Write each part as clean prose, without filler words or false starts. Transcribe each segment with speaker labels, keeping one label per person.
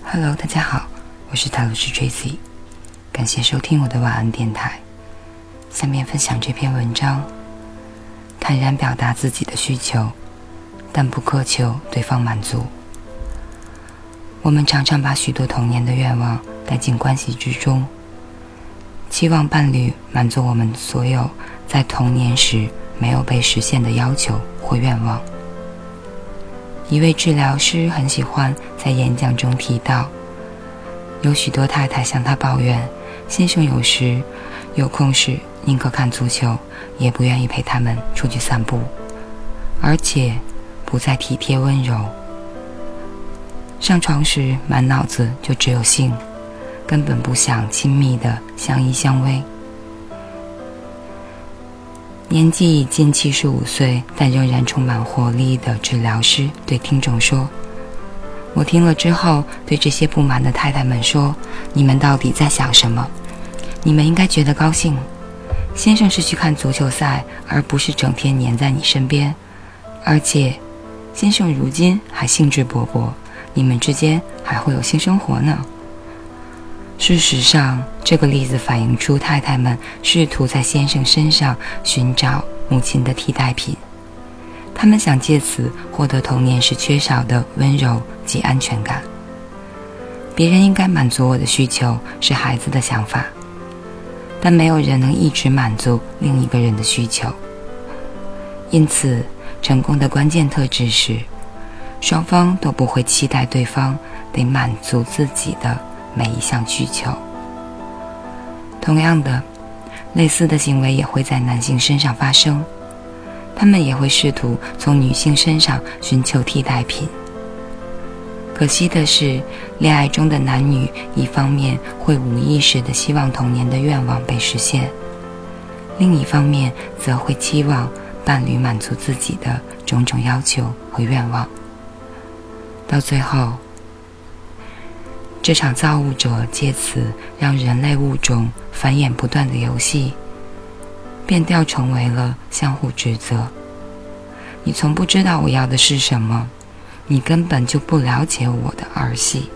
Speaker 1: Hello， 大家好，我是塔罗师 Tracy， 感谢收听我的晚安电台。下面分享这篇文章：坦然表达自己的需求，但不苛求对方满足。我们常常把许多童年的愿望带进关系之中，期望伴侣满足我们所有在童年时没有被实现的要求或愿望。一位治疗师很喜欢在演讲中提到，有许多太太向他抱怨，先生有时有空时宁可看足球，也不愿意陪他们出去散步，而且不再体贴温柔。上床时满脑子就只有性，根本不想亲密的相依相偎。年纪已近75岁，但仍然充满活力的治疗师对听众说，我听了之后对这些不满的太太们说，你们到底在想什么？你们应该觉得高兴，先生是去看足球赛，而不是整天黏在你身边，而且先生如今还兴致勃勃，你们之间还会有性生活呢。事实上，这个例子反映出太太们试图在先生身上寻找母亲的替代品，他们想借此获得童年时缺少的温柔及安全感。别人应该满足我的需求是孩子的想法，但没有人能一直满足另一个人的需求。因此，成功的关键特质是，双方都不会期待对方得满足自己的每一项需求。同样的，类似的行为也会在男性身上发生，他们也会试图从女性身上寻求替代品。可惜的是，恋爱中的男女一方面会无意识地希望童年的愿望被实现，另一方面则会期望伴侣满足自己的种种要求和愿望。到最后，这场造物者借此让人类物种繁衍不断的游戏变调成为了相互指责。你从不知道我要的是什么，你根本就不了解我的儿戏。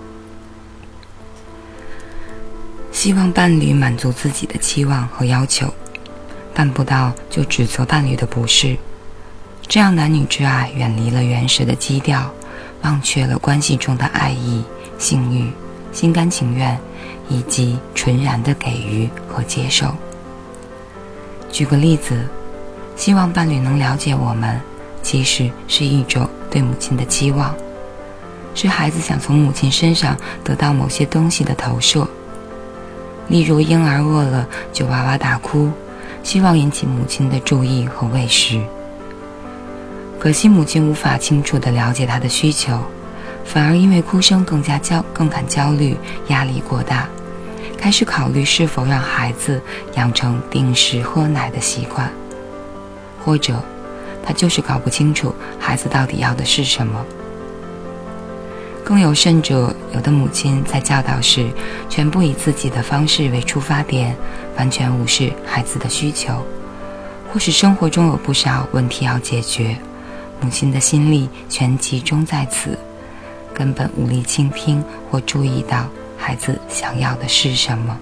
Speaker 1: 希望伴侣满足自己的期望和要求，办不到就指责伴侣的不是，这样男女之爱远离了原始的基调，忘却了关系中的爱意、性欲、心甘情愿以及纯然的给予和接受。举个例子，希望伴侣能了解我们，其实是一种对母亲的期望，是孩子想从母亲身上得到某些东西的投射。例如婴儿饿了就哇哇大哭，希望引起母亲的注意和喂食。可惜母亲无法清楚地了解他的需求，反而因为哭声更感焦虑，压力过大，开始考虑是否让孩子养成定时喝奶的习惯，或者他就是搞不清楚孩子到底要的是什么。更有甚者，有的母亲在教导时全部以自己的方式为出发点，完全无视孩子的需求，或是生活中有不少问题要解决，母亲的心力全集中在此，根本无力倾听或注意到孩子想要的是什么。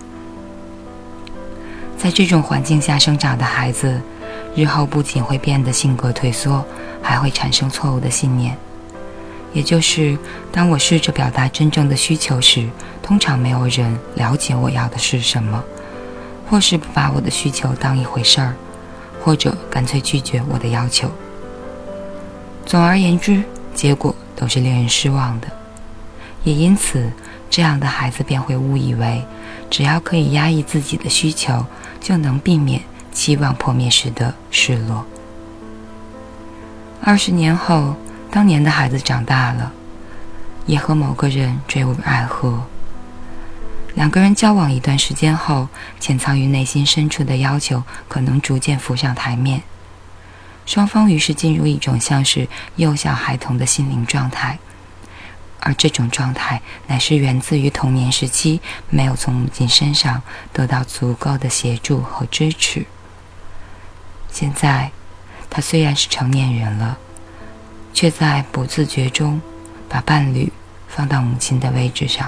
Speaker 1: 在这种环境下生长的孩子，日后不仅会变得性格退缩，还会产生错误的信念，也就是当我试着表达真正的需求时，通常没有人了解我要的是什么，或是不把我的需求当一回事儿，或者干脆拒绝我的要求。总而言之，结果都是令人失望的。也因此，这样的孩子便会误以为，只要可以压抑自己的需求，就能避免期望破灭时的失落。20年后，当年的孩子长大了，也和某个人坠入爱河。两个人交往一段时间后，潜藏于内心深处的要求可能逐渐浮上台面，双方于是进入一种像是幼小孩童的心灵状态，而这种状态乃是源自于童年时期没有从母亲身上得到足够的协助和支持。现在，他虽然是成年人了，却在不自觉中把伴侣放到母亲的位置上。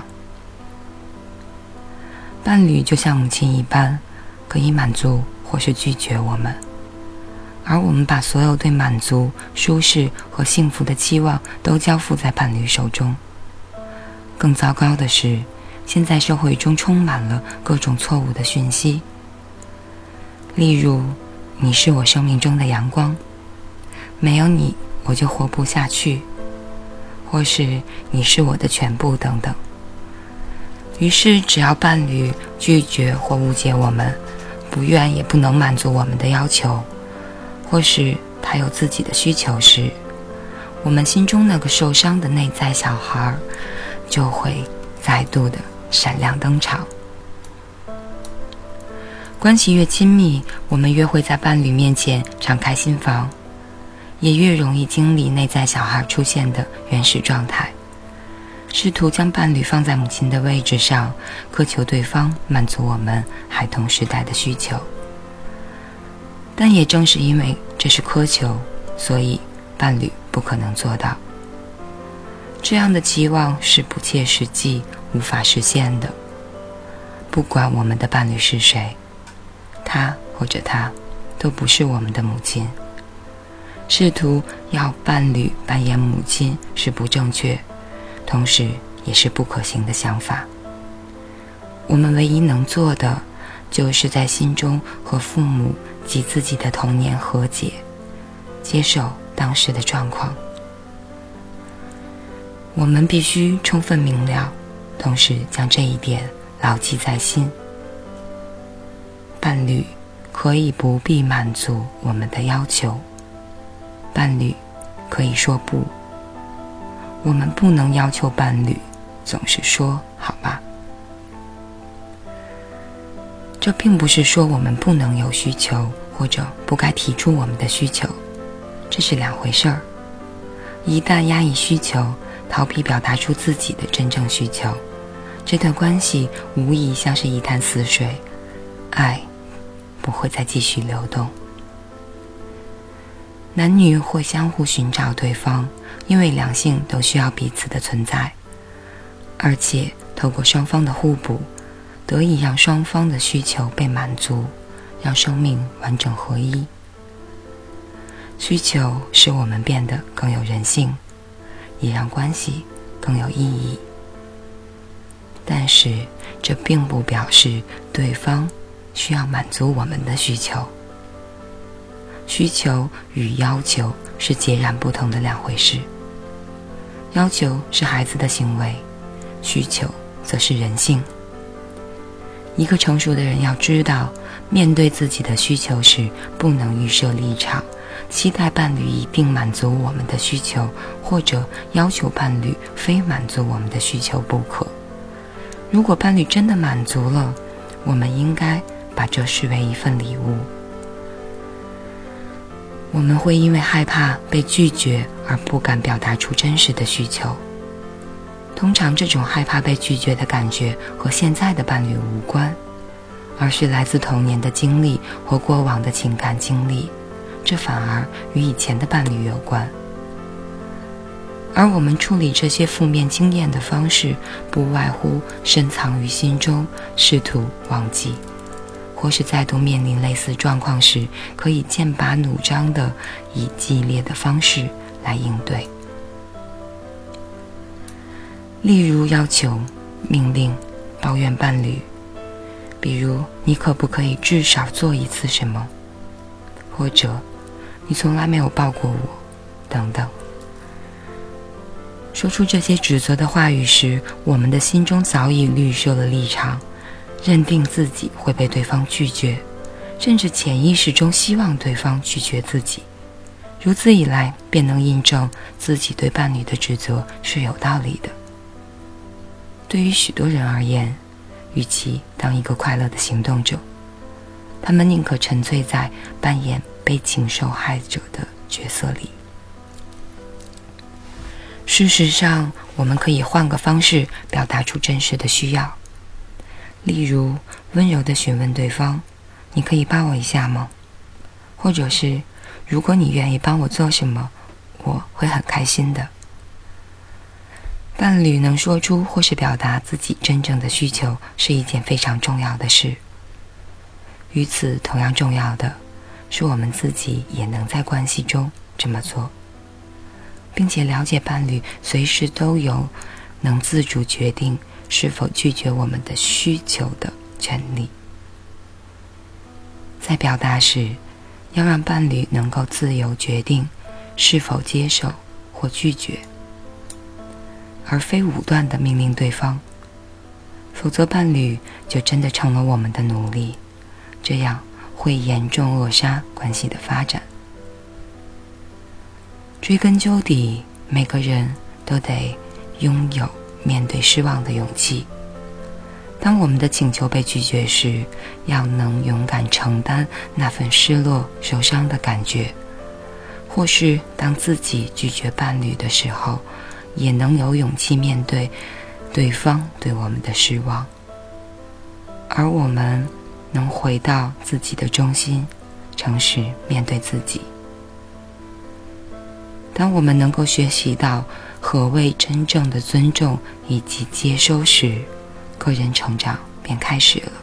Speaker 1: 伴侣就像母亲一般，可以满足或是拒绝我们，而我们把所有对满足、舒适和幸福的期望都交付在伴侣手中。更糟糕的是，现在社会中充满了各种错误的讯息，例如你是我生命中的阳光，没有你我就活不下去，或是你是我的全部等等。于是只要伴侣拒绝或误解我们，不愿也不能满足我们的要求，或是他有自己的需求时，我们心中那个受伤的内在小孩就会再度的闪亮登场。关系越亲密，我们越会在伴侣面前敞开心房，也越容易经历内在小孩出现的原始状态，试图将伴侣放在母亲的位置上，苛求对方满足我们孩童时代的需求。但也正是因为这是苛求，所以伴侣不可能做到。这样的期望是不切实际、无法实现的。不管我们的伴侣是谁，他或者她都不是我们的母亲。试图要伴侣扮演母亲是不正确，同时也是不可行的想法。我们唯一能做的，就是在心中和父母及自己的童年和解，接受当时的状况。我们必须充分明了，同时将这一点牢记在心。伴侣可以不必满足我们的要求，伴侣可以说不。我们不能要求伴侣总是说好吧。这并不是说我们不能有需求，或者不该提出我们的需求，这是两回事儿。一旦压抑需求，逃避表达出自己的真正需求，这段关系无疑像是一潭死水，爱不会再继续流动。男女会相互寻找对方，因为两性都需要彼此的存在，而且透过双方的互补，得以让双方的需求被满足，让生命完整合一。需求使我们变得更有人性，也让关系更有意义。但是这并不表示对方需要满足我们的需求。需求与要求是截然不同的两回事。要求是孩子的行为，需求则是人性。一个成熟的人要知道，面对自己的需求时，不能预设立场，期待伴侣一定满足我们的需求，或者要求伴侣非满足我们的需求不可。如果伴侣真的满足了，我们应该把这视为一份礼物。我们会因为害怕被拒绝而不敢表达出真实的需求。通常这种害怕被拒绝的感觉和现在的伴侣无关，而是来自童年的经历或过往的情感经历，这反而与以前的伴侣有关。而我们处理这些负面经验的方式，不外乎深藏于心中，试图忘记，或是再度面临类似状况时，可以剑拔弩张地以激烈的方式来应对。例如要求、命令、抱怨伴侣，比如你可不可以至少做一次什么，或者你从来没有抱过我，等等。说出这些指责的话语时，我们的心中早已预设了立场，认定自己会被对方拒绝，甚至潜意识中希望对方拒绝自己。如此一来，便能印证自己对伴侣的指责是有道理的。对于许多人而言，与其当一个快乐的行动者，他们宁可沉醉在扮演悲情受害者的角色里。事实上，我们可以换个方式表达出真实的需要，例如温柔地询问对方，你可以抱我一下吗？或者是，如果你愿意帮我做什么，我会很开心的。 伴侣能说出或是表达自己真正的需求是一件非常重要的事。与此同样重要的是，我们自己也能在关系中这么做，并且了解伴侣随时都有能自主决定是否拒绝我们的需求的权利。在表达时，要让伴侣能够自由决定是否接受或拒绝，而非武断地命令对方，否则伴侣就真的成了我们的奴隶，这样会严重扼杀关系的发展。追根究底，每个人都得拥有面对失望的勇气。当我们的请求被拒绝时，要能勇敢承担那份失落、受伤的感觉；或是当自己拒绝伴侣的时候，也能有勇气面对对方对我们的失望，而我们能回到自己的中心，诚实面对自己。当我们能够学习到何谓真正的尊重以及接收时，个人成长便开始了。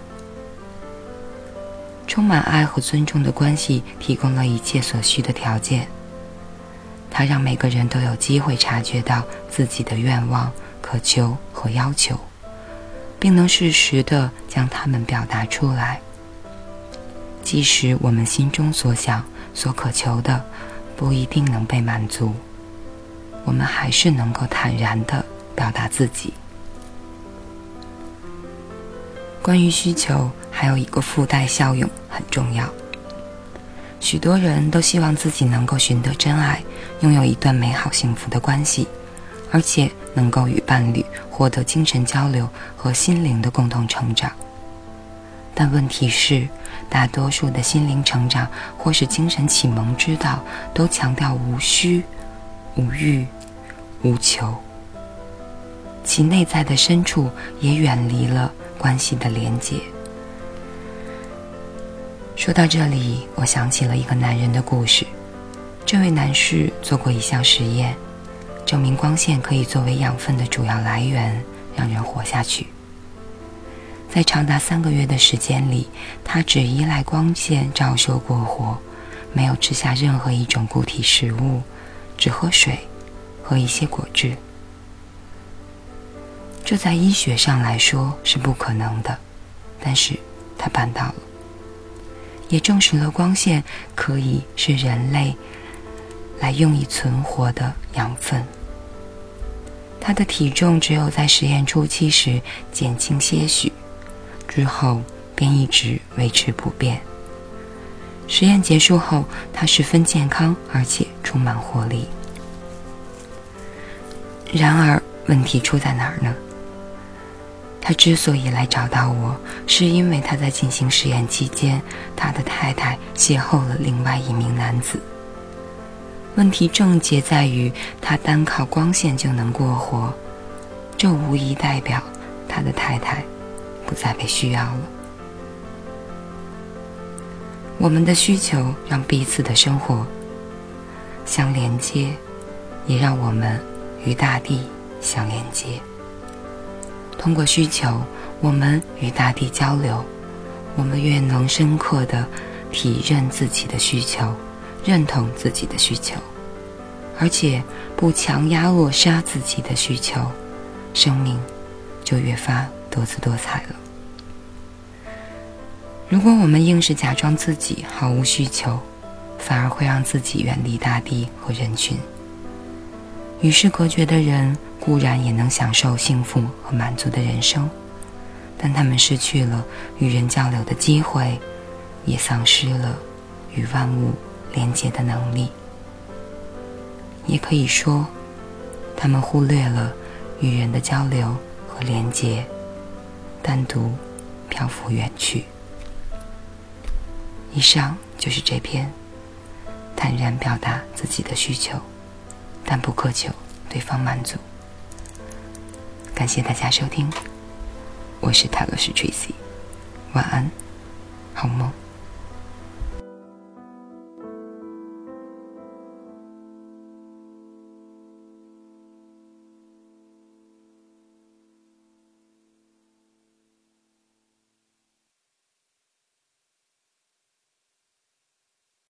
Speaker 1: 充满爱和尊重的关系提供了一切所需的条件，它让每个人都有机会察觉到自己的愿望、渴求和要求，并能适时地将它们表达出来。即使我们心中所想、所渴求的不一定能被满足，我们还是能够坦然地表达自己。关于需求，还有一个附带效用很重要。许多人都希望自己能够寻得真爱，拥有一段美好幸福的关系，而且能够与伴侣获得精神交流和心灵的共同成长。但问题是，大多数的心灵成长或是精神启蒙之道都强调无需、无欲、无求，其内在的深处也远离了关系的连结。说到这里，我想起了一个男人的故事。这位男士做过一项实验，证明光线可以作为养分的主要来源，让人活下去。在长达3个月的时间里，他只依赖光线照射过活，没有吃下任何一种固体食物，只喝水和一些果汁。这在医学上来说是不可能的，但是他办到了，也证实了光线可以是人类来用以存活的养分。他的体重只有在实验初期时减轻些许，之后便一直维持不变。实验结束后，他十分健康，而且充满活力。然而，问题出在哪儿呢？他之所以来找到我，是因为他在进行实验期间，他的太太邂逅了另外一名男子。问题症结在于他单靠光线就能过活，这无疑代表他的太太不再被需要了。我们的需求让彼此的生活相连接，也让我们与大地相连接。通过需求，我们与大地交流，我们越能深刻地体认自己的需求，认同自己的需求，而且不强压扼杀自己的需求，生命就越发多姿多彩了。如果我们硬是假装自己毫无需求，反而会让自己远离大地和人群。与世隔绝的人固然也能享受幸福和满足的人生，但他们失去了与人交流的机会，也丧失了与万物连接的能力。也可以说，他们忽略了与人的交流和连接，单独漂浮远去。以上就是这篇坦然表达自己的需求，但不苛求对方满足。感谢大家收听，我是泰勒斯 Tracy， 晚安，好梦。